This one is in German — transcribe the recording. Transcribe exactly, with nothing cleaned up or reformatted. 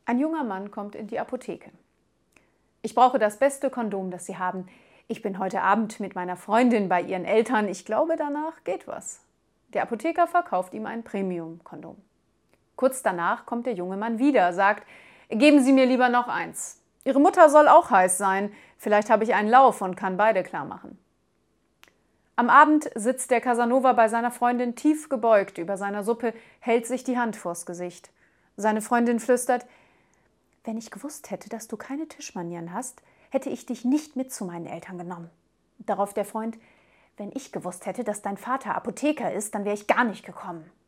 Ein junger Mann kommt in die Apotheke. Ich brauche das beste Kondom, das Sie haben. Ich bin heute Abend mit meiner Freundin bei ihren Eltern. Ich glaube, danach geht was. Der Apotheker verkauft ihm ein Premium-Kondom. Kurz danach kommt der junge Mann wieder, sagt: Geben Sie mir lieber noch eins. Ihre Mutter soll auch heiß sein. Vielleicht habe ich einen Lauf und kann beide klar machen. Am Abend sitzt der Casanova bei seiner Freundin tief gebeugt über seiner Suppe, hält sich die Hand vors Gesicht. Seine Freundin flüstert: Wenn ich gewusst hätte, dass du keine Tischmanieren hast, hätte ich dich nicht mit zu meinen Eltern genommen. Darauf der Freund: Wenn ich gewusst hätte, dass dein Vater Apotheker ist, dann wäre ich gar nicht gekommen.